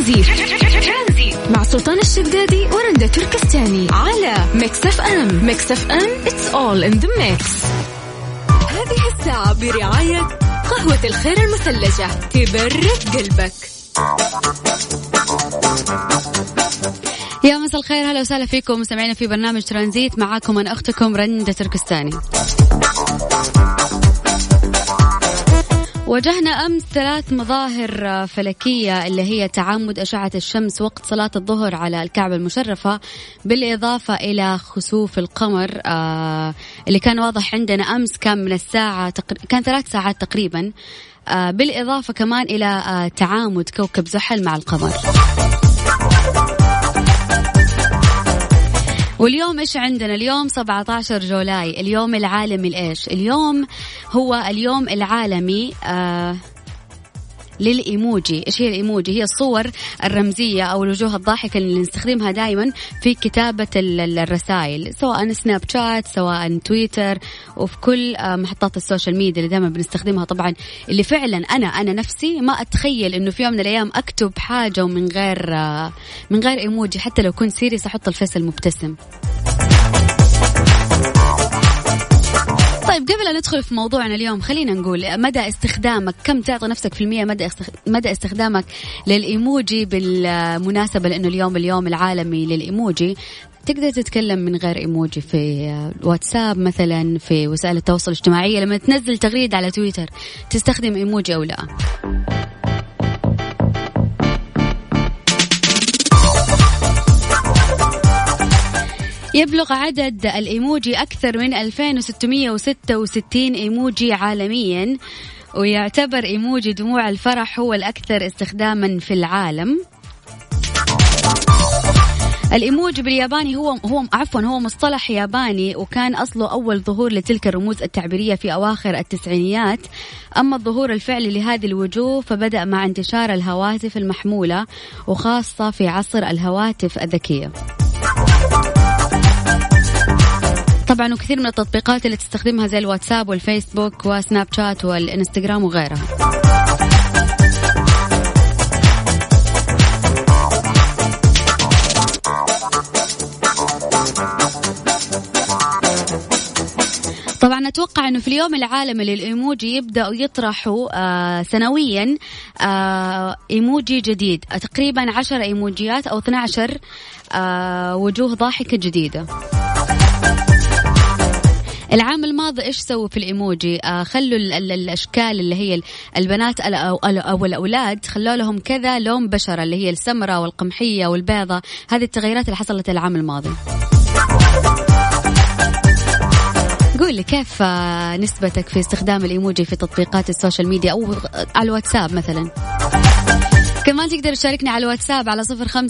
ترانزيت مع سلطان الشدادي ورندا تركستاني على ميكس اف ام. ميكس اف ام it's all in the mix. هذه الساعة برعاية قهوة الخير المثلجة، تبرد قلبك. يا مساء الخير، هلا وسهلا فيكم مستمعينا في برنامج ترانزيت، معاكم أنا أختكم رندا تركستاني. واجهنا أمس 3 مظاهر فلكية اللي هي تعامد أشعة الشمس وقت صلاة الظهر على الكعبة المشرفة، بالإضافة إلى خسوف القمر اللي كان واضح عندنا أمس، كان من الساعة كان 3 ساعات تقريبا، بالإضافة كمان إلى تعامد كوكب زحل مع القمر. واليوم إيش عندنا؟ اليوم 17 جولاي، اليوم العالمي لإيش؟ اليوم هو اليوم العالمي للإيموجي. إيش هي الإيموجي؟ هي الصور الرمزية أو الوجوه الضاحكة اللي نستخدمها دائما في كتابة الرسائل، سواء سناب شات، سواء تويتر، وفي كل محطات السوشيال ميديا اللي دائما بنستخدمها. طبعا اللي فعلا أنا نفسي ما أتخيل إنه في يوم من الأيام أكتب حاجة ومن غير إيموجي، حتى لو كنت سيريس أحط الفيس المبتسم. طيب قبل أن ندخل في موضوعنا اليوم، خلينا نقول مدى استخدامك، كم تعطي نفسك في المية مدى استخدامك للإيموجي بالمناسبة لأنه اليوم العالمي للإيموجي. تقدر تتكلم من غير إيموجي في واتساب مثلا، في وسائل التواصل الاجتماعي، لما تنزل تغريدة على تويتر تستخدم إيموجي أو لا؟ يبلغ عدد الإيموجي أكثر من 2666 إيموجي عالميا، ويعتبر إيموجي دموع الفرح هو الأكثر استخداما في العالم. الإيموجي بالياباني هو مصطلح ياباني، وكان أصله أول ظهور لتلك الرموز التعبيرية في أواخر التسعينيات. أما الظهور الفعلي لهذه الوجوه فبدأ مع انتشار الهواتف المحمولة، وخاصة في عصر الهواتف الذكية. طبعا وكثير من التطبيقات اللي تستخدمها زي الواتساب والفيسبوك وسناب شات والإنستغرام وغيرها. طبعا أتوقع أنه في اليوم العالمي للإيموجي يبدأوا يطرحوا سنويا إيموجي جديد، تقريبا 10 إيموجيات أو 12 وجوه ضاحكة جديدة. العام الماضي إيش سووا في الإيموجي؟ خلوا الأشكال اللي هي البنات أو الأولاد، خلوا لهم كذا لون بشرة، اللي هي السمراء والقمحية والبيضة. هذه التغيرات اللي حصلت العام الماضي. قول لي كيف نسبتك في استخدام الإيموجي في تطبيقات السوشيال ميديا أو على الواتساب مثلا؟ كمان تقدر تشاركني على الواتساب على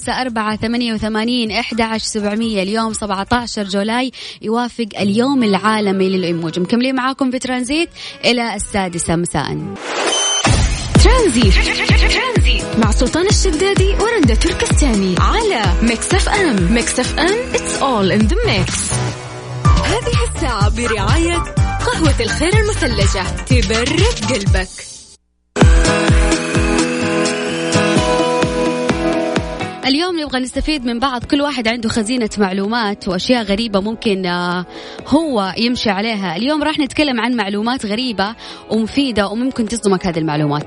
0548811700. اليوم 17 جولاي يوافق اليوم العالمي للإيموجي. مكملين معاكم في ترانزيت إلى 6 مساء. ترانزيت مع سلطان الشدادي ورندا تركستاني على ميكس اف ام. ميكس اف ام it's all in the mix. هذه الساعة برعاية قهوة الخير المثلجة، تبرد قلبك. اليوم نبغى نستفيد من بعض، كل واحد عنده خزينة معلومات وأشياء غريبة ممكن هو يمشي عليها. اليوم راح نتكلم عن معلومات غريبة ومفيدة وممكن تصدمك هذه المعلومات.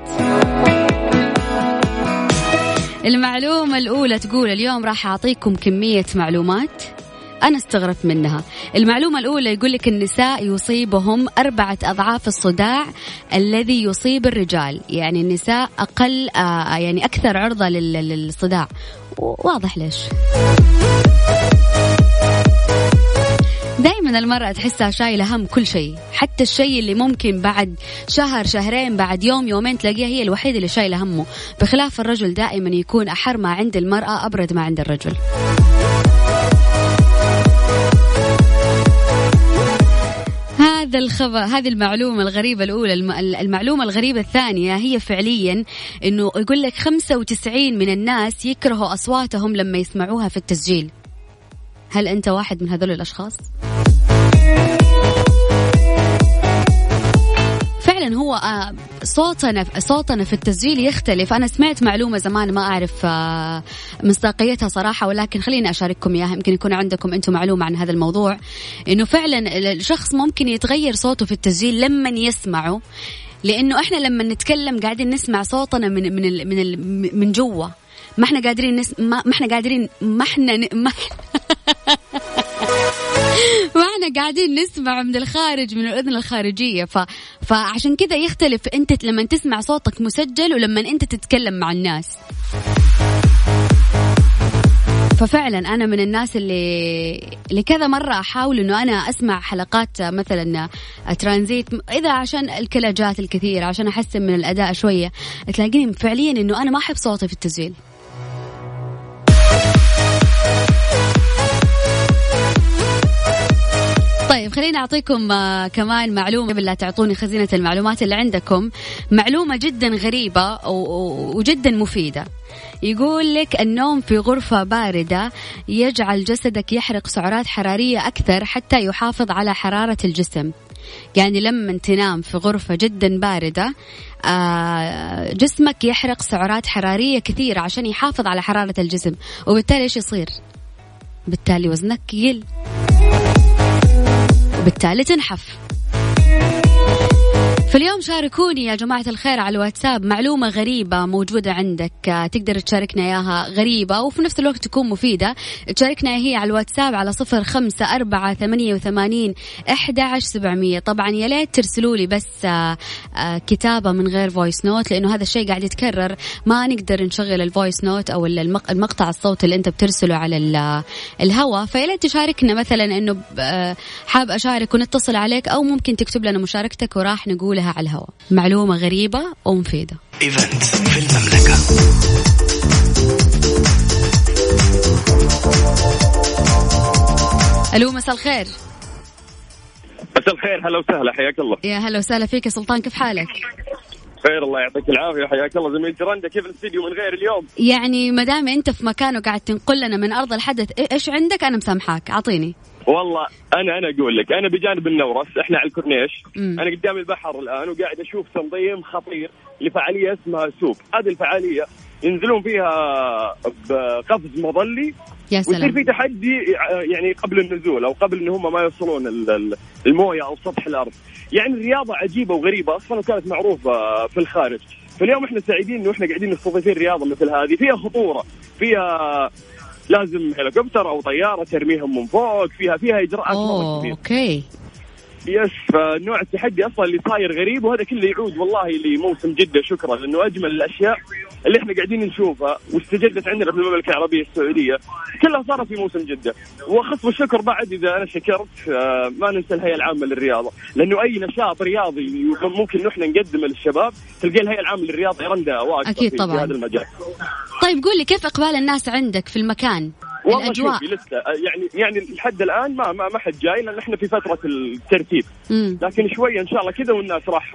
المعلومة الأولى تقول اليوم راح أعطيكم كمية معلومات أنا استغربت منها. المعلومة الأولى يقول لك النساء يصيبهم 4 أضعاف الصداع الذي يصيب الرجال، يعني النساء أقل يعني أكثر عرضة للصداع. واضح ليش. دايما المرأة تحسها شايلة هم كل شيء، حتى الشيء اللي ممكن بعد شهر شهرين بعد يوم يومين تلاقيها هي الوحيدة اللي شايلة همه، بخلاف الرجل دائما يكون أحر ما عند المرأة أبرد ما عند الرجل. هذا الخبر، هذه المعلومة الغريبة الأولى. المعلومة الغريبة الثانية هي فعليا إنه يقول لك 95 من الناس يكرهوا أصواتهم لما يسمعوها في التسجيل. هل أنت واحد من هذول الأشخاص؟ فعلا هو صوتنا في التسجيل يختلف. أنا سمعت معلومة زمان ما أعرف مصداقيتها صراحة، ولكن خليني أشارككم إياها، يمكن يكون عندكم أنتم معلومة عن هذا الموضوع، إنه فعلا الشخص ممكن يتغير صوته في التسجيل لما يسمعه، لأنه إحنا لما نتكلم قاعدين نسمع صوتنا من جوا، ما إحنا قاعدين نسمع من الخارج، من الأذن الخارجية. فعشان كذا يختلف أنت لما تسمع صوتك مسجل ولما أنت تتكلم مع الناس. ففعلا أنا من الناس اللي كذا مرة أحاول إنه أنا أسمع حلقات مثلا ترانزيت، إذا عشان الكلاجات الكثيرة عشان أحسن من الأداء شوية، تلاقيني فعليا إنه أنا ما أحب صوتي في التسجيل. طيب خليني أعطيكم كمان معلومة قبل لا تعطوني خزينة المعلومات اللي عندكم. معلومة جدا غريبة وجدا مفيدة. يقول لك النوم في غرفة باردة يجعل جسدك يحرق سعرات حرارية أكثر حتى يحافظ على حرارة الجسم. يعني لما تنام في غرفة جدا باردة جسمك يحرق سعرات حرارية كثيرة عشان يحافظ على حرارة الجسم، وبالتالي إيش يصير؟ بالتالي وزنك يقل، بالتالي تنحف. فاليوم شاركوني يا جماعة الخير على الواتساب معلومة غريبة موجودة عندك تقدر تشاركنا إياها، غريبة وفي نفس الوقت تكون مفيدة. تشاركنا هي على الواتساب على 0548811700. طبعا يا ليت ترسلوا لي بس كتابة من غير فويس نوت، لأنه هذا الشيء قاعد يتكرر، ما نقدر نشغل الفويس نوت أو المقطع الصوتي اللي أنت بترسله على الهواء. فيا ليت تشاركنا مثلا إنه حاب أشارك ونتصل عليك، أو ممكن تكتب لنا مشاركتك وراح نقولها على الهواء. معلومة غريبة ومفيدة. إيفنت في المملكة. ألو مساء الخير. مساء الخير، هلا وسهلا، حياك الله. يا هلا وسهلا فيك يا سلطان، كيف حالك؟ خير الله يعطيك العافية، حياك الله زميلتي رندا. كيف الاستديو من غير اليوم؟ يعني ما دام أنت في مكان وقاعد تنقل لنا من أرض الحدث، إيش عندك؟ أنا مسامحاك، أعطيني. والله أنا أقول لك، أنا بجانب النورس، إحنا على الكورنيش. أنا قدام البحر الآن وقاعد أشوف تنظيم خطير لفعالية اسمها سوق. هذه الفعالية ينزلون فيها بقفز مظلي، يا سلام، ويصير في تحدي يعني قبل النزول أو قبل إن هم ما يوصلون الموية أو سطح الأرض. يعني الرياضة عجيبة وغريبة أصلا، وكانت معروفة في الخارج. فاليوم إحنا سعيدين إنه إحنا قاعدين مستضيفين رياضة مثل هذه، فيها خطورة، فيها لازم هليكوبتر أو طيارة ترميهم من فوق، فيها إجراءات مرة كبيرة. أوكي. يس، فنوع التحدي أصلا اللي صاير غريب، وهذا كله يعود والله لموسم جدة. شكرا، لأنه أجمل الأشياء اللي إحنا قاعدين نشوفها واستجدت عندنا في المملكة العربية السعودية كلها صارت في موسم جدة. وأخص بالشكر بعد إذا أنا شكرت ما ننسى الهيئة العامة للرياضة، لأنه أي نشاط رياضي ممكن نحن نقدمه للشباب تلقى الهيئة العامة للرياضة رندا واقفة أكيد طبعا في هذا المجال. طيب قول لي كيف إقبال الناس عندك في المكان؟ والله شوفي لسه يعني لحد الآن ما حد جاي، لأن احنا في فترة الترتيب. لكن شوية إن شاء الله كذا والناس راح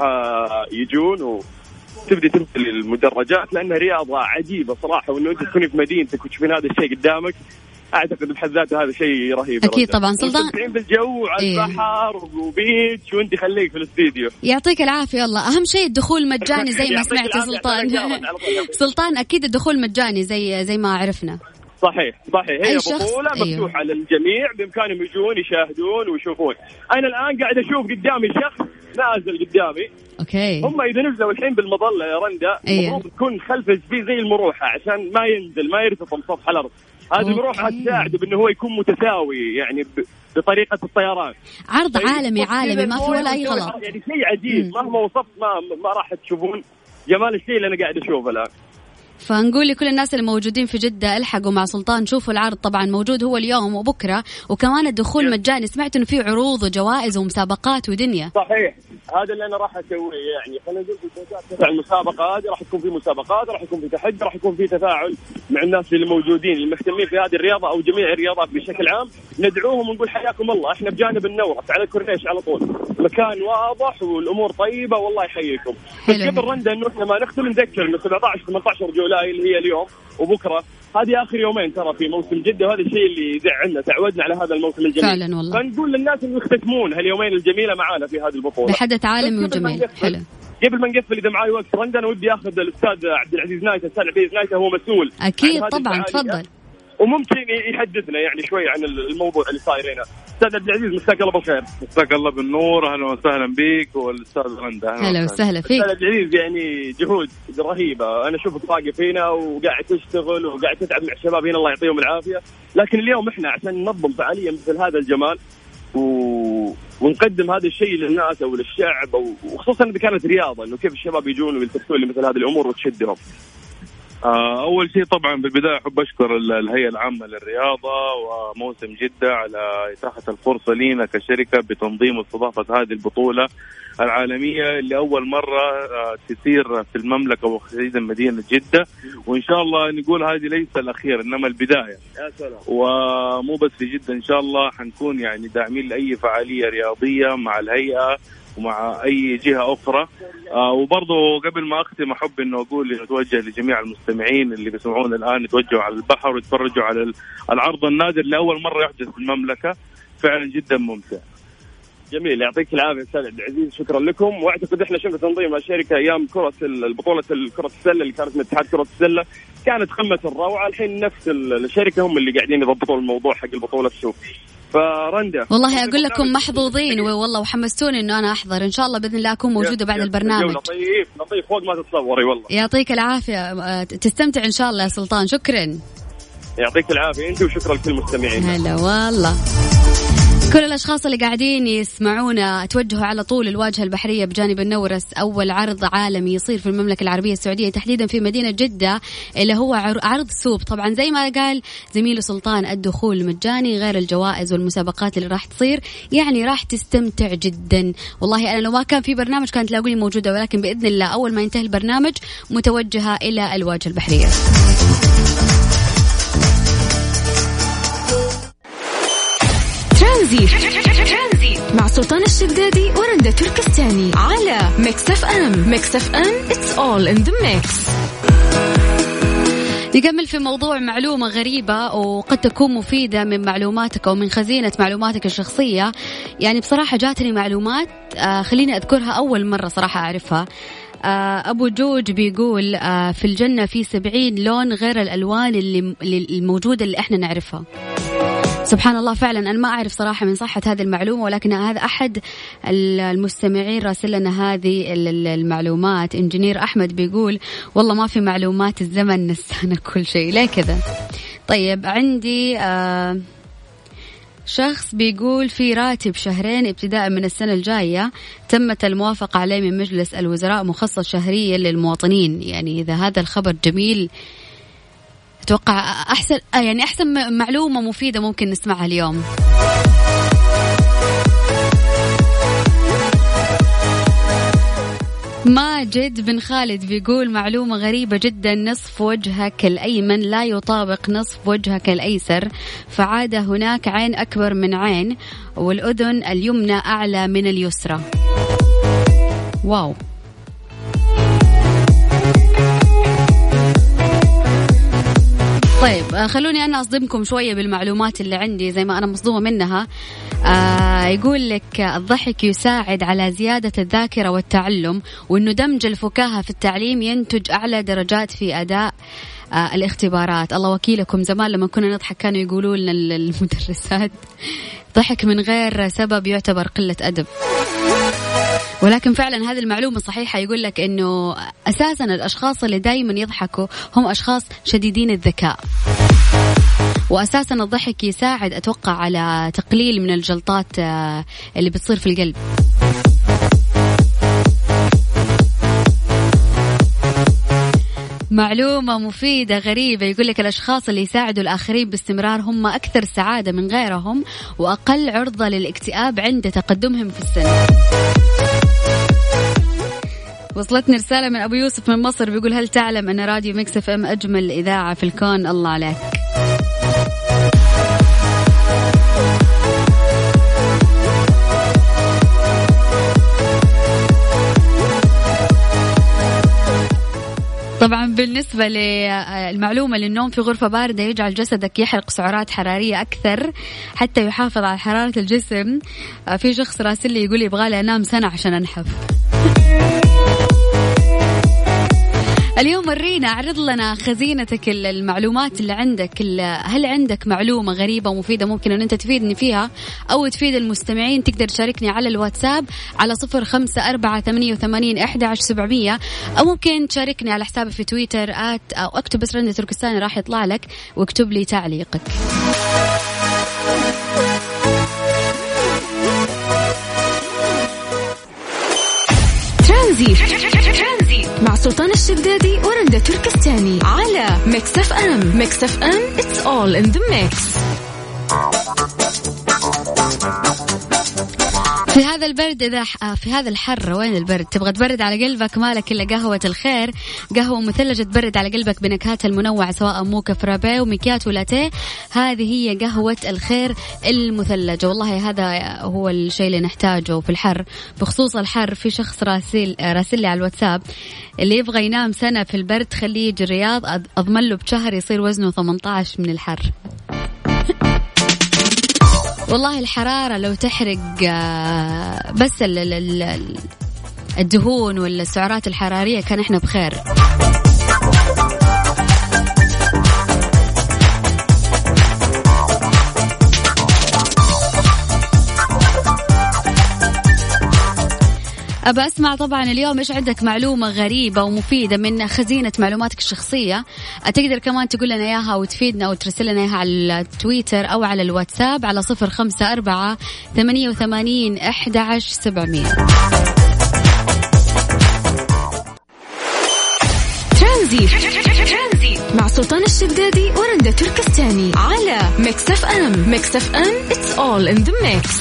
يجون وتبدي تنزل المدرجات، لأنها رياضة عجيبة صراحة. وإنه أنت تكوني في مدينتك وتشوفين هذا الشيء قدامك، أعتقد بحد ذاته هذا شيء رهيب. أكيد طبعا سلطان، مستمتعين بالجو على البحر وبيتش، وأنت خليك في الاستديو. يعطيك العافية. والله أهم شيء الدخول مجاني زي ما سمعت سلطان. سلطان أكيد الدخول مجاني زي ما عرفنا. صحيح، هي بطولة مفتوحة للجميع، بإمكانهم يجون يشاهدون ويشوفون. أنا الآن قاعد أشوف قدامي شخص نازل قدامي. أوكي. هم إذا نزلوا الحين بالمظلة يا رندا، المفروض تكون خلفه زي المروحة عشان ما ينزل، ما يرتفع سطح الأرض. هذه المروحة تساعد بأنه هو يكون متساوي، يعني بطريقة الطيران. عرض عالمي ما في ولا أي غلط. يعني شيء عجيب، مهما وصفت ما راح تشوفون جمال الشيء اللي أنا قاعد أشوفه الآن. فنقول لكل الناس اللي موجودين في جدة الحقوا مع سلطان، شوفوا العرض طبعا موجود هو اليوم وبكرة، وكمان الدخول مجاني. سمعت انه في عروض وجوائز ومسابقات ودنيا. صحيح، هذا اللي انا راح اسويه. يعني خلينا نقول في المسابقة هذه راح تكون في مسابقات، راح يكون في تحدي، راح يكون في تفاعل مع الناس اللي موجودين اللي مهتمين في هذه الرياضة او جميع الرياضات بشكل عام. ندعوهم ونقول حياكم الله، احنا بجانب النورس على الكورنيش على طول، مكان واضح والامور طيبة، والله يحييكم. بس قبل رندا انه احنا ما نختم نذكر انه 17-18 جولاي اللي هي اليوم وبكرة، هذه آخر يومين ترى في موسم جدة، وهذا الشيء اللي يزعلنا، تعودنا على هذا الموسم الجميل فعلا والله. فنقول للناس إنه يختتمون هاليومين الجميلة معانا في هذه البطولة بحدث عالمي وجميل. حلو. قبل ما نقفل إذا معاي وقت رندا، أنا ودي أخذ الأستاذ عبد العزيز نايته. الأستاذ عبد العزيز نايته هو مسؤول أكيد طبعا، تفضل. وممكن يحدثنا يعني شوي عن الموضوع اللي صاير هنا. أستاذ عبد العزيز مساك الله بالخير. مساك الله بالنور، أهلا وسهلا بك والأستاذ رندا. أهلا وسهلا فيك. أستاذ عبد العزيز يعني جهود رهيبة، أنا أشوفك واقف هنا وقاعد تشتغل وقاعد تتعب مع الشباب هنا، الله يعطيهم العافية. لكن اليوم إحنا عشان ننظم فعالية مثل هذا الجمال ونقدم هذا الشيء للناس أو للشعب، وخصوصا إذا كانت رياضة، إنه كيف الشباب يجون ويلتفتون لمثل هذه الأمور وتشدهم. أول شيء طبعا بالبداية أحب أشكر الهيئة العامة للرياضة وموسم جدة على إتاحة الفرصة لنا كشركة بتنظيم واستضافة هذه البطولة العالمية اللي أول مرة تسير في المملكة وتحديدا مدينة جدة، وإن شاء الله نقول هذه ليس الأخير إنما البداية. ومو بس في جدة، إن شاء الله حنكون يعني داعمين لأي فعالية رياضية مع الهيئة ومع أي جهة أخرى. وبرضو قبل ما أختم أحب إنه أقول نتوجه لجميع المستمعين اللي بيسمعون الآن، يتوجهوا على البحر ويتفرجوا على العرض النادر اللي أول مرة يحدث في المملكة، فعلا جدا ممتع. جميل، يعطيك العافية أستاذ عبد العزيز، شكرا لكم. وأعتقد إحنا شفنا تنظيم الشركة أيام البطولة كرة السلة اللي كانت من اتحاد كرة السلة، كانت قمة الروعة. الحين نفس الشركة هم اللي قاعدين يضبطوا الموضوع حق البطولة في فرندا. والله أقول لكم محظوظين والله، وحمستوني إنه أنا أحضر إن شاء الله بإذن الله أكون موجودة بعد البرنامج. لطيف فوق ما تتصوري والله. يعطيك العافية، تستمتع إن شاء الله يا سلطان. شكرا. يعطيك العافية أنت، وشكرا لكل المستمعين. هلا والله. كل الأشخاص اللي قاعدين يسمعونا توجهوا على طول الواجهة البحرية بجانب النورس، أول عرض عالمي يصير في المملكة العربية السعودية تحديدا في مدينة جدة، اللي هو عرض سوب. طبعا زي ما قال زميله سلطان الدخول مجاني غير الجوائز والمسابقات اللي راح تصير، يعني راح تستمتع جدا. والله أنا لو ما كان في برنامج كانت تلاقوني موجودة، ولكن بإذن الله أول ما ينتهي البرنامج متوجهة إلى الواجهة البحرية. ترانزيت مع سلطان الشدادي ورندا تركستاني على ميكس اف ام. ميكس اف ام it's all in the mix. نكمل في موضوع معلومة غريبة وقد تكون مفيدة من معلوماتك أو من خزينة معلوماتك الشخصية. يعني بصراحة جاتني معلومات خليني أذكرها أول مرة صراحة أعرفها. أبو جوج بيقول في الجنة في 70 لون غير الألوان اللي الموجودة اللي إحنا نعرفها. سبحان الله، فعلا أنا ما أعرف صراحة من صحة هذه المعلومة، ولكن هذا أحد المستمعين راسل لنا هذه المعلومات. إنجنير أحمد بيقول والله ما في معلومات، الزمن نسانا كل شيء. ليه كذا؟ طيب عندي شخص بيقول في راتب شهرين ابتداء من السنة الجاية تمت الموافقة عليه من مجلس الوزراء مخصص شهريا للمواطنين. يعني إذا هذا الخبر جميل أتوقع أحسن معلومة مفيدة ممكن نسمعها اليوم. ماجد بن خالد بيقول معلومة غريبة جدا، نصف وجهك الأيمن لا يطابق نصف وجهك الأيسر، فعاد هناك عين أكبر من عين، والأذن اليمنى أعلى من اليسرى. واو. طيب خلوني أنا أصدمكم شوية بالمعلومات اللي عندي زي ما أنا مصدومة منها. يقول لك الضحك يساعد على زيادة الذاكرة والتعلم، وأنه دمج الفكاهة في التعليم ينتج أعلى درجات في أداء الاختبارات. الله وكيلكم، زمان لما كنا نضحك كانوا يقولوا لنا المدرسات ضحك من غير سبب يعتبر قلة أدب. ولكن فعلا هذه المعلومة صحيحة. يقول لك إنه أساسا الأشخاص اللي دايما يضحكوا هم أشخاص شديدين الذكاء، وأساسا الضحك يساعد أتوقع على تقليل من الجلطات اللي بتصير في القلب. معلومة مفيدة غريبة. يقول لك الأشخاص اللي يساعدوا الآخرين باستمرار هم أكثر سعادة من غيرهم وأقل عرضة للاكتئاب عند تقدمهم في السن. وصلتني رسالة من أبو يوسف من مصر بيقول هل تعلم أن راديو ميكس اف ام أجمل إذاعة في الكون؟ الله عليك. طبعا بالنسبة للمعلومة للنوم في غرفة باردة يجعل جسدك يحرق سعرات حرارية أكثر حتى يحافظ على حرارة الجسم. في شخص راسل لي يقول يبغالي أنام سنة عشان أنحف. اليوم ورينا، اعرض لنا خزينتك المعلومات اللي عندك. هل عندك معلومة غريبة ومفيدة ممكن أن أنت تفيدني فيها أو تفيد المستمعين؟ تقدر تشاركني على الواتساب على 0548811700 أو ممكن تشاركني على حسابي في تويتر أو اكتب بس رندة تركستاني راح يطلع لك واكتب لي تعليقك. ترانزيت مع سلطان الشدادي ورندة تركستاني على ميكس اف ام. ميكس اف ام it's all in the mix. في هذا البرد في هذا الحر وين البرد؟ تبغى تبرد على قلبك مالك إلا قهوة الخير، قهوة مثلجة تبرد على قلبك بنكهاتها المنوعة سواء موكا فرابيه وميكياتو لاتيه. هذه هي قهوة الخير المثلجة. والله هذا هو الشيء اللي نحتاجه في الحر. بخصوص الحر في شخص راسل لي على الواتساب اللي يبغى ينام سنة في البرد خليه يجي الرياض، أضمن له بشهر يصير وزنه 18 من الحر. والله الحرارة لو تحرق بس الدهون والسعرات الحرارية كان احنا بخير. أبى أسمع طبعا اليوم إيش عندك معلومة غريبة ومفيدة من خزينة معلوماتك الشخصية. تقدر كمان تقول لنا إياها وتفيدنا أو ترسل لنا إياها على تويتر أو على الواتساب على 0548811700. ترانزيت مع سلطان الشدادي ورندة تركستاني على ميكس اف ام. ميكس اف ام it's all in the mix.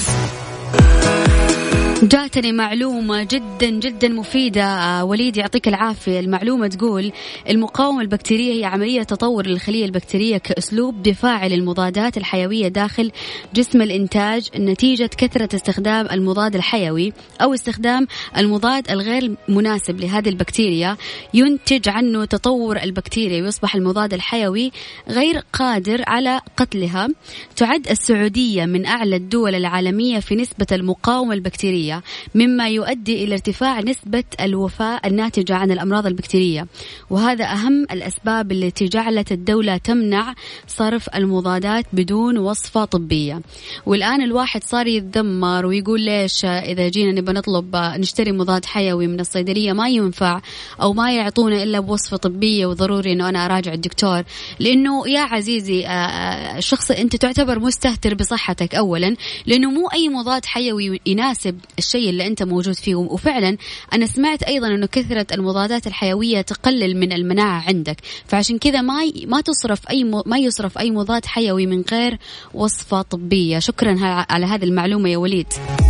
جاتني معلومة جدا جدا مفيدة وليد يعطيك العافية. المعلومة تقول المقاومة البكتيرية هي عملية تطور للخلية البكتيرية كأسلوب دفاعي للمضادات الحيوية داخل جسم الإنتاج نتيجة كثرة استخدام المضاد الحيوي أو استخدام المضاد الغير مناسب لهذه البكتيريا ينتج عنه تطور البكتيريا ويصبح المضاد الحيوي غير قادر على قتلها. تعد السعودية من أعلى الدول العالمية في نسبة المقاومة البكتيرية مما يؤدي إلى ارتفاع نسبة الوفاة الناتجة عن الأمراض البكتيرية، وهذا أهم الأسباب التي جعلت الدولة تمنع صرف المضادات بدون وصفة طبية. والآن الواحد صار يتذمر ويقول ليش إذا جينا نبى نطلب نشتري مضاد حيوي من الصيدلية ما ينفع أو ما يعطونا إلا بوصفة طبية وضروري أنه أنا أراجع الدكتور. لأنه يا عزيزي الشخص أنت تعتبر مستهتر بصحتك أولا، لأنه مو أي مضاد حيوي يناسب الشيء اللي أنت موجود فيه. وفعلا أنا سمعت أيضا أنه كثرة المضادات الحيوية تقلل من المناعة عندك، فعشان كذا ما يصرف أي مضاد حيوي من غير وصفة طبية. شكرا على هذه المعلومة يا وليد.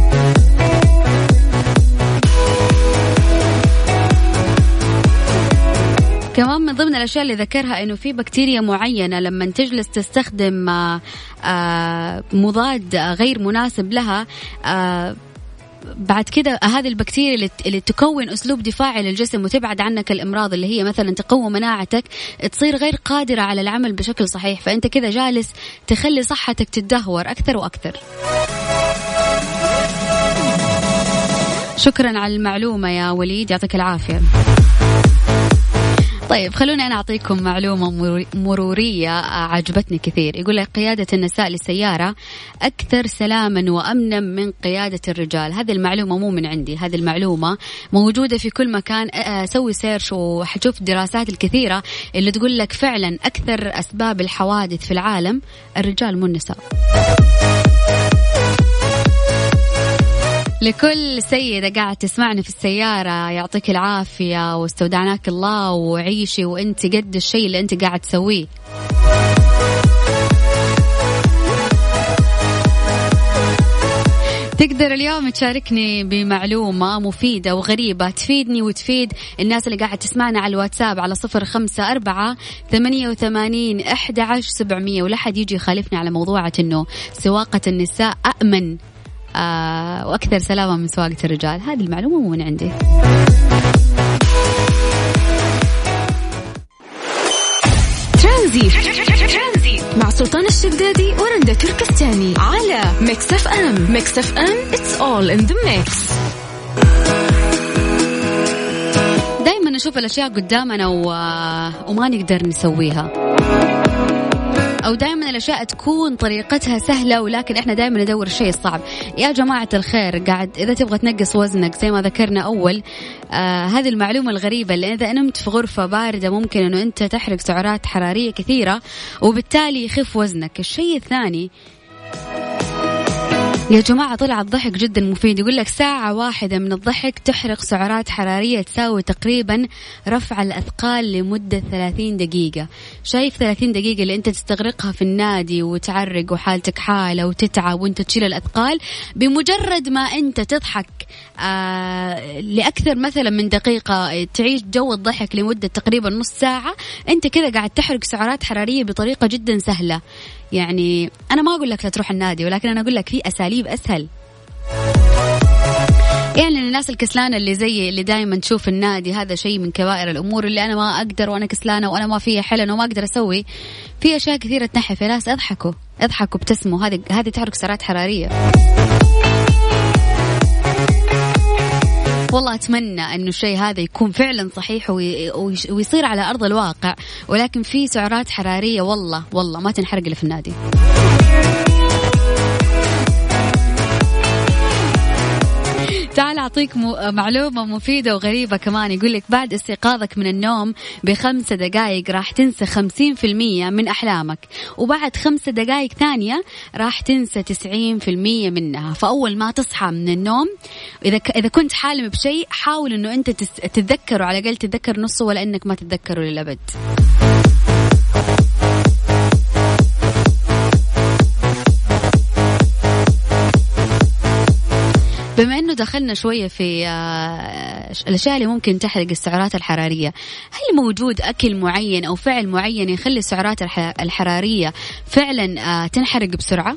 كمان من ضمن الأشياء اللي ذكرها إنه في بكتيريا معينة لما تجلس تستخدم مضاد غير مناسب لها بعد كده هذه البكتيريا اللي تكون أسلوب دفاعي للجسم وتبعد عنك الأمراض اللي هي مثلا تقوي مناعتك تصير غير قادرة على العمل بشكل صحيح، فأنت كده جالس تخلي صحتك تتدهور أكثر وأكثر. شكرا على المعلومة يا وليد يعطيك العافية. طيب خلوني أنا أعطيكم معلومة مرورية عجبتني كثير. يقول لك قيادة النساء للسيارة أكثر سلاما وأمنا من قيادة الرجال. هذه المعلومة مو من عندي، هذه المعلومة موجودة في كل مكان. سوي سيرش وحشوف دراسات الكثيرة اللي تقول لك فعلا أكثر أسباب الحوادث في العالم الرجال مو النساء. لكل سيدة قاعد تسمعني في السيارة يعطيك العافية واستودعناك الله، وعيشي وانت قد الشيء اللي انت قاعد تسويه. تقدر اليوم تشاركني بمعلومة مفيدة وغريبة تفيدني وتفيد الناس اللي قاعد تسمعنا على الواتساب على 0548811700 ولا حد يجي يخالفني على موضوعة انه سواقة النساء أأمن وأكثر سلامة من سواقة الرجال. هذه المعلومة مو من عندي. ترانزيت مع سلطان الشدادي ورندة تركستاني على ميكس اف ام. ميكس اف ام it's all in the mix. دايما نشوف الأشياء قدامنا وما نقدر نسويها، أو دائما الأشياء تكون طريقتها سهلة ولكن إحنا دائما ندور الشيء الصعب. يا جماعة الخير، قاعد إذا تبغى تنقص وزنك زي ما ذكرنا أول، هذه المعلومة الغريبة اللي إذا نمت في غرفة باردة ممكن إنه أنت تحرق سعرات حرارية كثيرة وبالتالي يخف وزنك. الشيء الثاني يا جماعة، طلع الضحك جدا مفيد. يقول لك ساعة واحدة من الضحك تحرق سعرات حرارية تساوي تقريبا رفع الأثقال لمدة 30 دقيقة. شايف 30 دقيقة اللي أنت تستغرقها في النادي وتعرق وحالتك حالة وتتعب وأنت تشيل الأثقال، بمجرد ما أنت تضحك لأكثر مثلا من دقيقة، تعيش جو الضحك لمدة تقريبا نص ساعة، أنت كذا قاعد تحرق سعرات حرارية بطريقة جدا سهلة. يعني أنا ما أقول لك لا تروح النادي، ولكن أنا أقول لك في أساليب أسهل. يعني الناس الكسلانة اللي زي اللي دائما تشوف النادي هذا شيء من كبائر الأمور، اللي أنا ما أقدر وأنا كسلانة وأنا ما فيها حلن وما أقدر أسوي، في أشياء كثيرة تنحي. في ناس اضحكوا ابتسموا، هذه تحرك سعرات حرارية. والله أتمنى أنه الشيء هذا يكون فعلا صحيح ويصير على أرض الواقع، ولكن في سعرات حرارية والله ما تنحرق إلا في النادي. تعال أعطيك معلومة مفيدة وغريبة كمان. يقول لك بعد استيقاظك من النوم ب5 دقائق راح تنسى 50% من أحلامك، وبعد 5 دقائق ثانية راح تنسى 90% منها. فأول ما تصحى من النوم إذا كنت حالم بشيء، حاول أنه أنت تتذكره، على الأقل تتذكر نصه، ولا أنك ما تتذكره للأبد. بما أنه دخلنا شوية في الأشياء اللي ممكن تحرق السعرات الحرارية، هل موجود أكل معين أو فعل معين يخلي السعرات الحرارية فعلا تنحرق بسرعة؟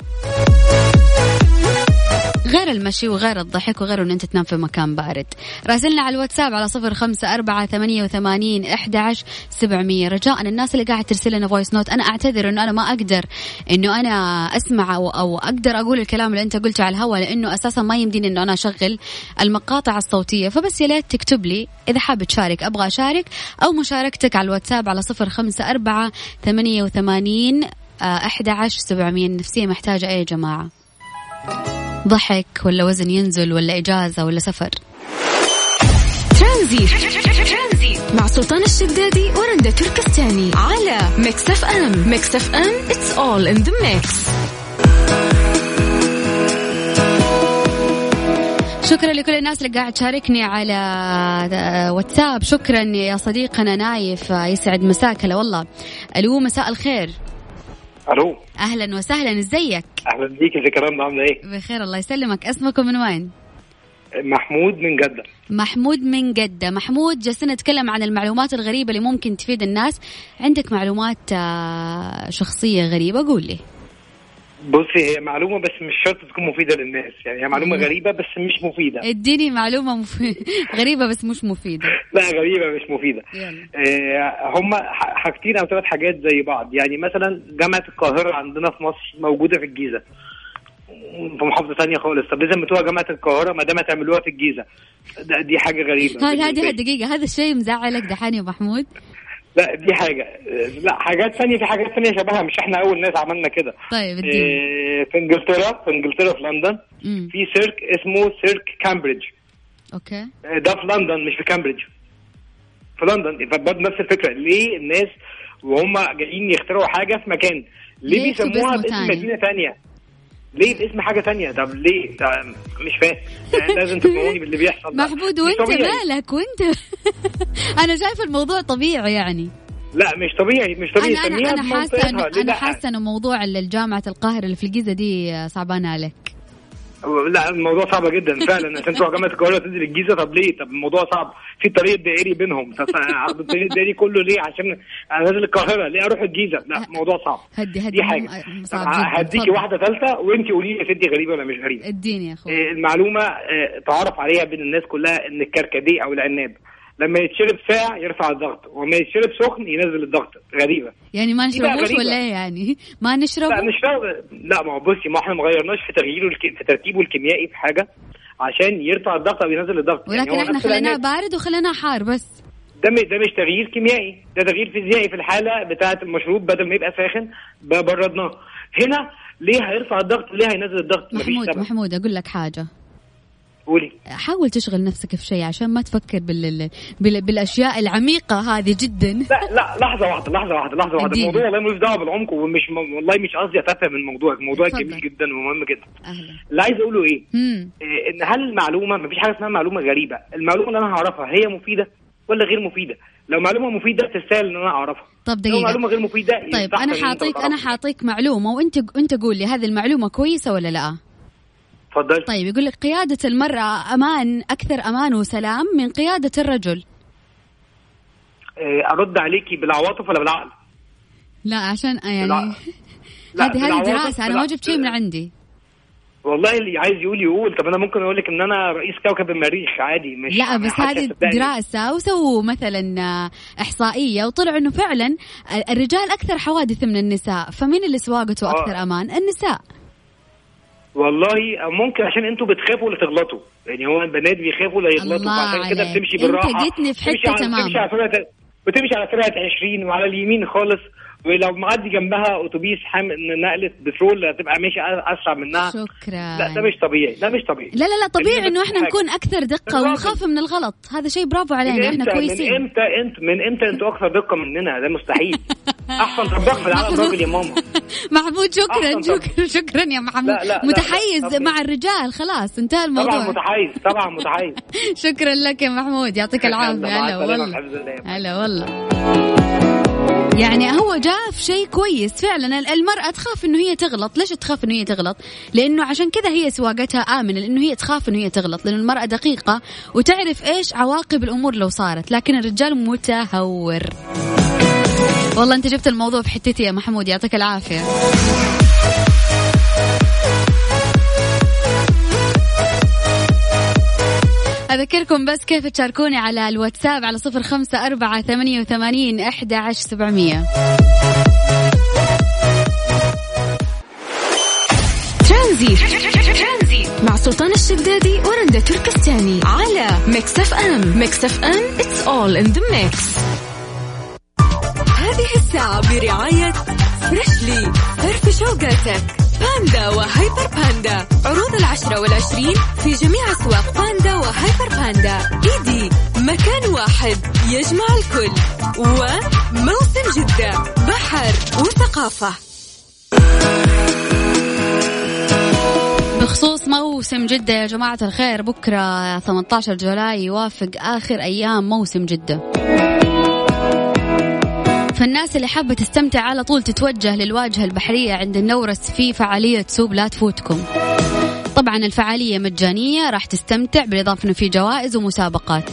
غير المشي وغير الضحك وغير أن أنت تنام في مكان بارد. راسلنا على الواتساب على 0548811700. رجاء الناس اللي قاعد ترسل لنا فويس نوت، أنا أعتذر أنه أنا ما أقدر أنه أنا أسمع أو أقدر أقول الكلام اللي أنت قلته على الهواء، لأنه أساسا ما يمديني أنه أنا أشغل المقاطع الصوتية. فبس يا ليت تكتب لي إذا حاب تشارك، أبغى أشارك، أو مشاركتك على الواتساب على 0548811700. النفسية محتاجة أي يا جماعة؟ ضحك ولا وزن ينزل ولا إجازة ولا سفر؟ ترانزيت مع سلطان الشدادي ورندا تركستاني على ميكس اف ام. ميكس اف ام it's all in the mix. شكرا لكل الناس اللي قاعد تشاركني على واتساب. شكرا يا صديقنا نايف، يسعد مساك. هلا والله. ألو، مساء الخير. الو، اهلا وسهلا، ازيك؟ اهلا بيك، ازيك يا رنا، عامله ايه؟ بخير الله يسلمك. اسمكم من وين؟ محمود من جدة. محمود من جدة. محمود، جالسين نتكلم عن المعلومات الغريبة اللي ممكن تفيد الناس. عندك معلومات شخصية غريبة؟ قول لي. بصي، هي معلومة بس مش شرط تكون مفيدة للناس، يعني هي معلومة غريبة بس مش مفيدة. اديني معلومة غريبة بس مش مفيدة. لا، غريبة مش مفيدة. هما حاجتين أو 3 حاجات زي بعض. يعني مثلا جامعة القاهرة عندنا في مصر موجودة في الجيزة، في محافظة تانية خالص. طب لازم بتوع جامعة القاهرة ما دام تعملوها في الجيزة؟ دي حاجة غريبة. هذه دقيقة، هذا الشيء مزعلك دحين يا محمود؟ لا، دي حاجة. لا، حاجات ثانية، في حاجات ثانية شبهها، مش احنا أول ناس عملنا كده. طيب في إنجلترا في لندن في سيرك اسمه سيرك كامبريدج. أوكي. ده في لندن مش في كامبريدج، في لندن. فبرضه نفس الفكرة. ليه الناس وهم جايين يخترعوا حاجة في مكان ليه بيسموها باسم مدينة ثانية؟ ليه باسم حاجة تانية؟ طب ليه؟ مش فاهم. يعني لازم تفهموني باللي بيحصل. محمود، وانت مالك وانت؟ انا شايف الموضوع طبيعي يعني. لا، مش طبيعي. انا حاسه انه موضوع الجامعة القاهرة اللي في الجيزة دي صعبان عليك. لا، الموضوع صعب جدا فعلا. عشان تروح جامعة القاهرة تنزل الجيزة، طب ليه؟ طب الموضوع صعب. في الطريق الدائري بينهم، الطريق الدائري كله ليه؟ عشان انا نازل القاهرة ليه اروح الجيزة؟ لا، موضوع صعب. دي حاجة. هديكي واحدة ثالثة وانتي قولي لي ستي غريبة ولا مش غريبة. اديني يا اخوي. المعلومة تعرف عليها بين الناس كلها ان الكركديه او العناب لما يتشرب ساعة يرفع الضغط، وما يتشرب سخن ينزل الضغط. غريبة. يعني ما نشربوش ولا ايه؟ يعني ما نشربه؟ لا، نشرب. لا، ما هو بصي، ما احنا ما غيرناش في تركيبه الكيميائي في حاجة عشان يرفع الضغط او ينزل الضغط. ولكن يعني احنا خليناه بارد وخليناه حار بس. ده مش تغيير كيميائي، ده تغيير فيزيائي. في الحالة بتاعة المشروب بدل ما يبقى ساخن بردناه. هنا ليه هيرفع الضغط وليه هينزل الضغط؟ محمود أقول لك حاجة، قولي. حاول تشغل نفسك في شيء عشان ما تفكر بالأشياء العميقة هذه جدا. لا لحظة واحدة. الموضوع والله ملوش دعوة بالعمق، ومش والله مش قصدي أتفه من الموضوع جميل جدا ومهم جدا. اللي عايز أقوله إيه؟ إن هل المعلومة، مفيش حاجة اسمها معلومة غريبة. المعلومة اللي أنا هعرفها هي مفيدة ولا غير مفيدة؟ لو معلومة مفيدة تستاهل إن أنا أعرفها. طب دقيقة. لو معلومة غير مفيدة، طيب أنا حاعطيك معلومة وأنت قول لي هذه المعلومة كويسة ولا لا؟ تفضل. طيب يقول لك قيادة المرأة أكثر أمان وسلام من قيادة الرجل. أرد عليكي بالعواطف ولا بالعقل؟ لا عشان يعني هذه دراسة، أنا ما جبت شيء من عندي. والله اللي عايز يقول. طب أنا ممكن أقول لك إن أنا رئيس كوكب المريخ عادي، مش لا بس هذه دراسة وسووا مثلا إحصائية وطلع إنه فعلا الرجال أكثر حوادث من النساء، فمين اللي سواقته أكثر أمان؟ النساء. والله ممكن عشان انتوا بتخافوا لا تغلطوا، يعني هو البنات بيخافوا لا يغلطوا، فعشان كده بتمشي بالراحه. انت جيتني في حته تمام. بتمشي على سرعه 20 وعلى اليمين خالص، ولو معدي جنبها اتوبيس نقله بترول هتبقى ماشي اسرع منها. شكرا. لا ده مش طبيعي. لا طبيعي انه احنا نكون اكثر دقه ونخاف من الغلط. هذا شيء برافو علينا، احنا كويسين. من امتى انتوا اكثر دقه مننا؟ ده مستحيل. احسن طباخ في العالم راجل يا ماما. محمود شكرا يا محمود. متحيز مع الرجال، خلاص انتهى الموضوع. طبعا متحيز. شكرا لك يا محمود، يعطيك العافيه. هلا والله. يعني هو جاء في شيء كويس فعلا. المرأة تخاف إنه هي تغلط. ليش تخاف إنه هي تغلط؟ لأنه عشان كذا هي سواقتها آمنة، لأنه هي تخاف إنه هي تغلط، لأنه المرأة دقيقة وتعرف إيش عواقب الأمور لو صارت. لكن الرجال متهور. والله أنت جبت الموضوع في حتتي يا محمود، يعطيك العافية. أذكركم بس كيف تشاركوني على الواتساب على 0548811700. ترانزي مع سلطان الشدادي ورندا تركستاني على ميكس اف ام. It's all in the mix. هذه الساعة برعاية فريشلي. فرف شوقاتك. باندا وهايبر باندا، عروض 10 و20 في جميع أسواق باندا وهايبر باندا. إيدي مكان واحد يجمع الكل. وموسم جدة، بحر وثقافة. بخصوص موسم جدة يا جماعة الخير، بكرة 18 جولاي يوافق آخر أيام موسم جدة. فالناس اللي حابة تستمتع على طول تتوجه للواجهة البحرية عند النورس في فعالية سوب لا تفوتكم. طبعا الفعالية مجانية، راح تستمتع بالإضافة أنه في جوائز ومسابقات.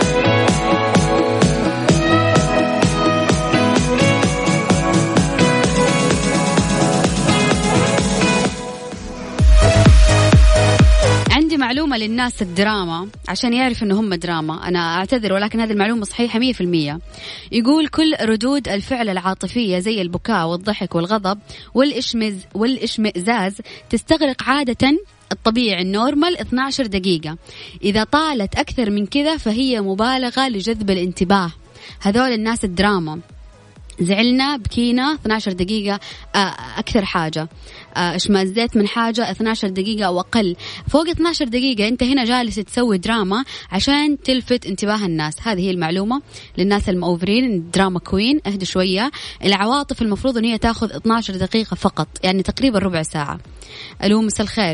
عندي معلومة للناس الدراما عشان يعرف أنه هم دراما. أنا أعتذر ولكن هذه المعلومة صحيحة 100%. يقول كل ردود الفعل العاطفية زي البكاء والضحك والغضب والإشمئزاز تستغرق عادة الطبيعي النورمال 12 دقيقة. إذا طالت أكثر من كذا فهي مبالغة لجذب الانتباه. هذول الناس الدراما. زعلنا بكينا 12 دقيقة أكثر حاجة، اشمئزيت من حاجة 12 دقيقة أو أقل. فوق 12 دقيقة أنت هنا جالس تسوي دراما عشان تلفت انتباه الناس. هذه هي المعلومة للناس المؤفرين. دراما كوين اهدوا شوية. العواطف المفروض أن هي تأخذ 12 دقيقة فقط، يعني تقريبا ربع ساعة. ألو مساء الخير.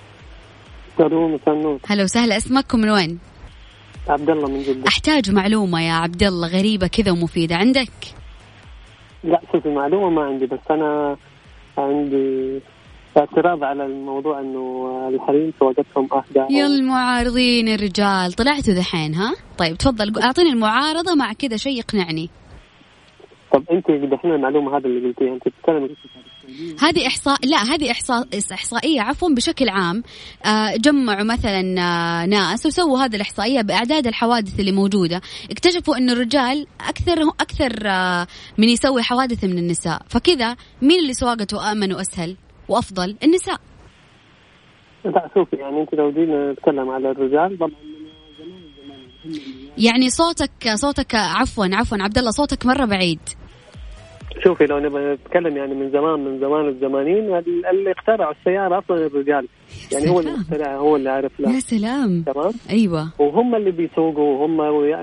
هلا وسهلا، اسمكم من وين؟ عبد الله من جدة. أحتاج معلومة يا عبد الله غريبة كذا ومفيدة، عندك؟ لا شوفي معلومة ما عندي، بس أنا عندي اعتراض على الموضوع إنه الحريم سواقتهم أهدى. يا المعارضين الرجال طلعتوا دحين ها؟ طيب تفضل أعطيني المعارضة مع كذا شيء يقنعني. طب أنت دحين المعلومة هذا اللي قلتيه، أنت بتتكلم هذه إحصائية عفوا بشكل عام. جمعوا مثلا ناس وسووا هذه الإحصائية بأعداد الحوادث اللي موجودة، اكتشفوا إنه الرجال أكثر من يسوي حوادث من النساء. فكذا مين اللي سواقته آمن وأسهل وأفضل؟ النساء. لا شوفي يعني أنت لو جينا نتكلم على الرجال طبعا يعني صوتك عفوا عبد الله، صوتك مرة بعيد. شوفي لو نبغى نتكلم يعني من زمان الزمانين، اللي اخترعوا السيارة أصلا الرجال، يعني هو اللي اخترعها، هو اللي عارف لها. يا سلام. تمام. أيوة. وهم اللي بيسوقوا، وهم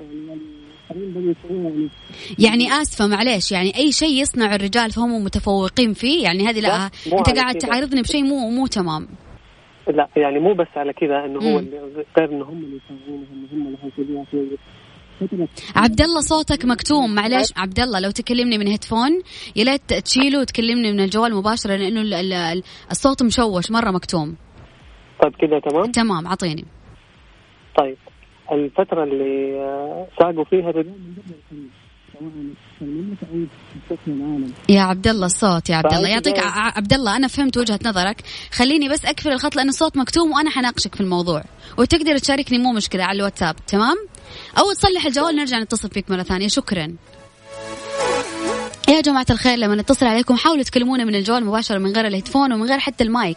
يعني آسفة معليش، يعني أي شيء يصنع الرجال فهم متفوقين فيه، يعني هذه لا أنت قاعد تعارضني بشيء مو تمام. لا يعني مو بس على كذا إنه هو اللي غير إنه هم اللي يسوونها، هم اللي هيسوونها في. عبد الله صوتك مكتوم، معلش عبد الله لو تكلمني من هيدفون يا ليت تشيله وتكلمني من الجوال مباشرة، لأنه الصوت مشوش مرة مكتوم. طيب كده تمام عطيني. طيب الفترة اللي ساقوا فيها الرجال يا عبد الله الصوت يا عبد الله يعطيك عبد الله، أنا فهمت وجهة نظرك، خليني بس أقفل الخط لأن الصوت مكتوم وأنا حناقشك في الموضوع، وتقدر تشاركني مو مشكلة على الواتساب، تمام؟ أو تصلح الجوال نرجع نتصل فيك مرة ثانية. شكرا يا جماعة الخير. لما نتصل عليكم حاولوا تكلمونا من الجوال مباشرة من غير الهيدفون ومن غير حتى المايك.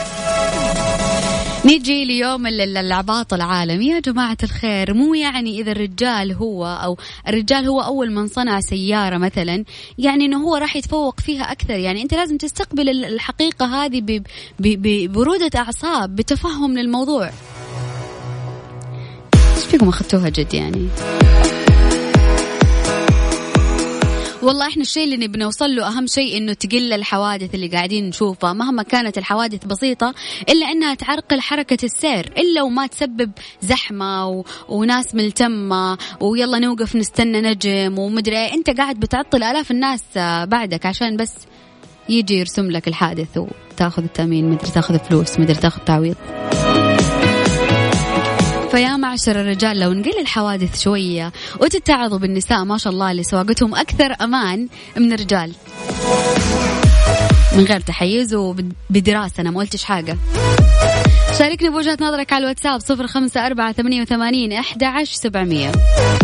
نيجي ليوم العباط العالمي يا جماعة الخير. مو يعني إذا الرجال هو أول من صنع سيارة مثلا يعني إنه هو راح يتفوق فيها أكثر. يعني أنت لازم تستقبل الحقيقة هذه ببرودة أعصاب، بتفهم للموضوع. إيش فيكم أخذتوها جد يعني؟ والله إحنا الشيء اللي نبي نوصل له أهم شيء إنه تقل الحوادث اللي قاعدين نشوفها مهما كانت الحوادث بسيطة، إلا إنها تعرقل حركة السير، إلا وما تسبب زحمة وناس ملتمة ويلا نوقف نستنى نجم ومدري إيه. أنت قاعد بتعطل آلاف الناس بعدك عشان بس يجي يرسم لك الحادث وتاخذ التأمين، مدري تاخذ فلوس، مدري تاخذ تعويض. فيا معشر الرجال لو نقل الحوادث شوية وتتعظوا بالنساء ما شاء الله اللي سواقتهم أكثر أمان من الرجال، من غير تحيز وبدراسة. أنا ما قلتش حاجة. شاركني بوجهة نظرك على الواتساب 0548811700.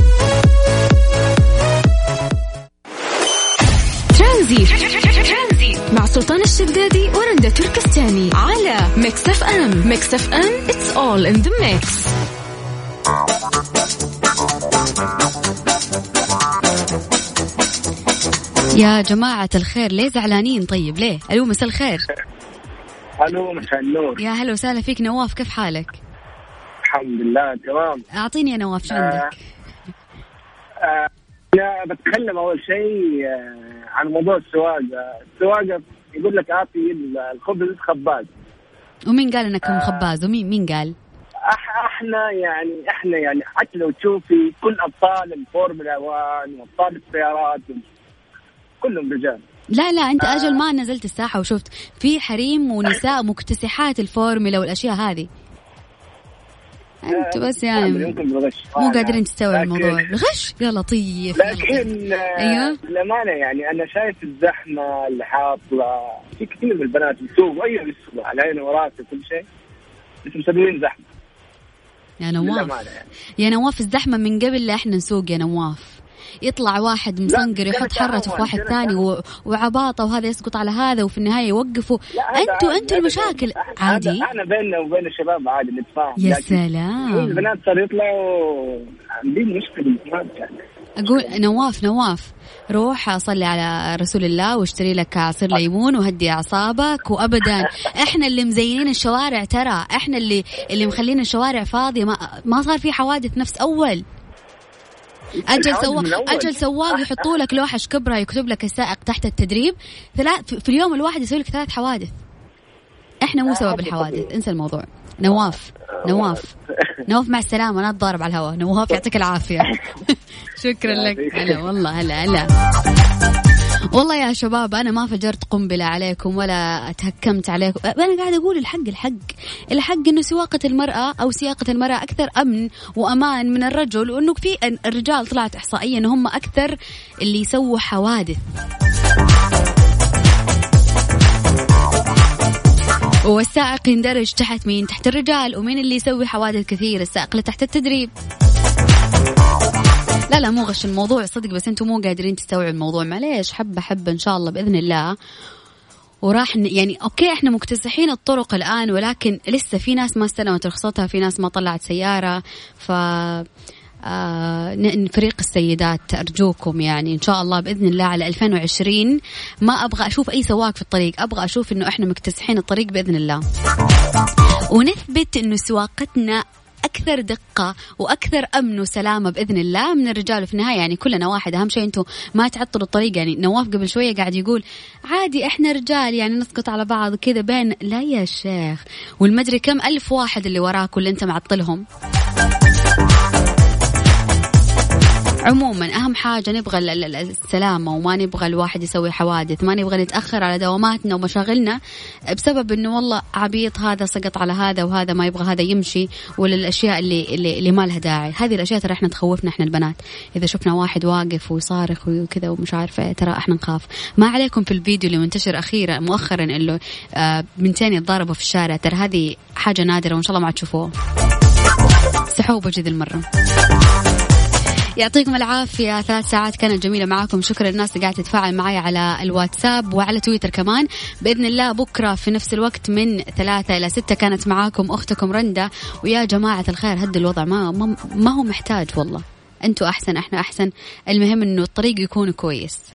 ترانزيت مع سلطان الشدادي ورندا تركستاني على ميكس اف ام. ميكس اف ام it's all in the mix. يا جماعة الخير ليه زعلانين؟ طيب ليه؟ ألو مساء الخير. ألو مساء النور. يا هلا وسهلا فيك نواف، كيف حالك؟ الحمد لله تمام. أعطيني يا نواف شو عندك؟ أنا بتكلم أول شيء عن موضوع السواقة يقول لك أعطي الخبز خباز. ومين قال إنك خباز؟ ومين قال؟ احنا يعني حتى لو تشوفي كل ابطال الفورمولا 1 وابطال السيارات كلهم رجال. لا انت اجل ما نزلت الساحه وشفت في حريم ونساء مكتسحات الفورمولا والاشياء هذه. انت بس يعني مو قادرين تستوعبوا الموضوع. الغش يا لطيف. لكن ايوه للامانه يعني انا شايف الزحمه اللي حاصله في كثير من البنات يسوقوا يسوقوا على عيني وراسي كل شيء بس مسويين زحمه. يا نواف يا نواف الزحمة من قبل لا احنا نسوق يا نواف. يطلع واحد مصنقر يحط حرته في واحد ثاني وعباطة وهذا يسقط على هذا وفي النهاية يوقفوا. انتوا المشاكل عادي. انا بيننا وبين الشباب عادي نتفاهم. يا سلام. البنات صار يطلعوا عندهم مشكلة. أقول نواف روح أصلي على رسول الله واشتري لك عصير ليمون وهدي أعصابك. وأبدا إحنا اللي مزينين الشوارع، ترى إحنا اللي مخلين الشوارع فاضية، ما صار في حوادث نفس أول. أجل سواق يحطوا لك لوحة كبرى يكتب لك السائق تحت التدريب في اليوم الواحد يسوي لك 3 حوادث. إحنا مو سبب الحوادث، انسى الموضوع. نواف مع السلامة، أنا أتضارب على الهواء. نواف يعطيك العافية. شكرا لك. هلا والله هلا والله يا شباب، أنا ما فجرت قنبلة عليكم ولا تهكمت عليكم. أنا قاعد أقول الحق إنه سواقة المرأة أو سياقة المرأة أكثر أمن وأمان من الرجل، وإنه في الرجال طلعت إحصائيا إنه هم أكثر اللي يسووا حوادث. والسائق يندرج تحت مين؟ تحت الرجال. ومين اللي يسوي حوادث كثير؟ السائق اللي تحت التدريب. لا مو غش الموضوع صدق، بس انتم مو قادرين تستوعبوا الموضوع. معليش حبة إن شاء الله بإذن الله وراح يعني أوكي إحنا مكتسحين الطرق الآن، ولكن لسه في ناس ما استلمت رخصتها، في ناس ما طلعت سيارة. فريق السيدات أرجوكم يعني إن شاء الله بإذن الله على 2020 ما أبغى أشوف أي سواق في الطريق، أبغى أشوف إنه إحنا مكتسحين الطريق بإذن الله، ونثبت إنه سواقتنا أكثر دقة وأكثر أمن وسلامة بإذن الله من الرجال. في النهاية يعني كلنا واحد، أهم شيء أنتوا ما تعطلوا الطريق. يعني نواف قبل شوية قاعد يقول عادي إحنا رجال يعني نسقط على بعض كذا بين، لا يا شيخ، والمدري كم ألف واحد اللي وراك واللي أنت معطلهم. عموما أهم حاجة نبغى السلامة، وما نبغى الواحد يسوي حوادث، ما نبغى نتأخر على دواماتنا ومشاغلنا بسبب إنه والله عبيط هذا سقط على هذا وهذا ما يبغى هذا يمشي، ولا الأشياء اللي ما لها داعي. هذه الأشياء ترى إحنا تخوفنا إحنا البنات، إذا شفنا واحد واقف ويصارخ وكذا ومش عارفة ترى إحنا نخاف. ما عليكم في الفيديو اللي منتشر مؤخرا إنه بنتين يتضاربوا في الشارع، ترى هذه حاجة نادرة وإن شاء الله ما تشوفوه، سحوبة جد المرة. يعطيكم العافية، 3 ساعات كانت جميلة معاكم. شكرا الناس اللي قاعدة تتفاعل معي على الواتساب وعلى تويتر كمان. بإذن الله بكرة في نفس الوقت من 3 إلى 6 كانت معاكم أختكم رندا. ويا جماعة الخير هد الوضع ما هو محتاج، والله أنتوا أحسن إحنا أحسن، المهم إنه الطريق يكون كويس.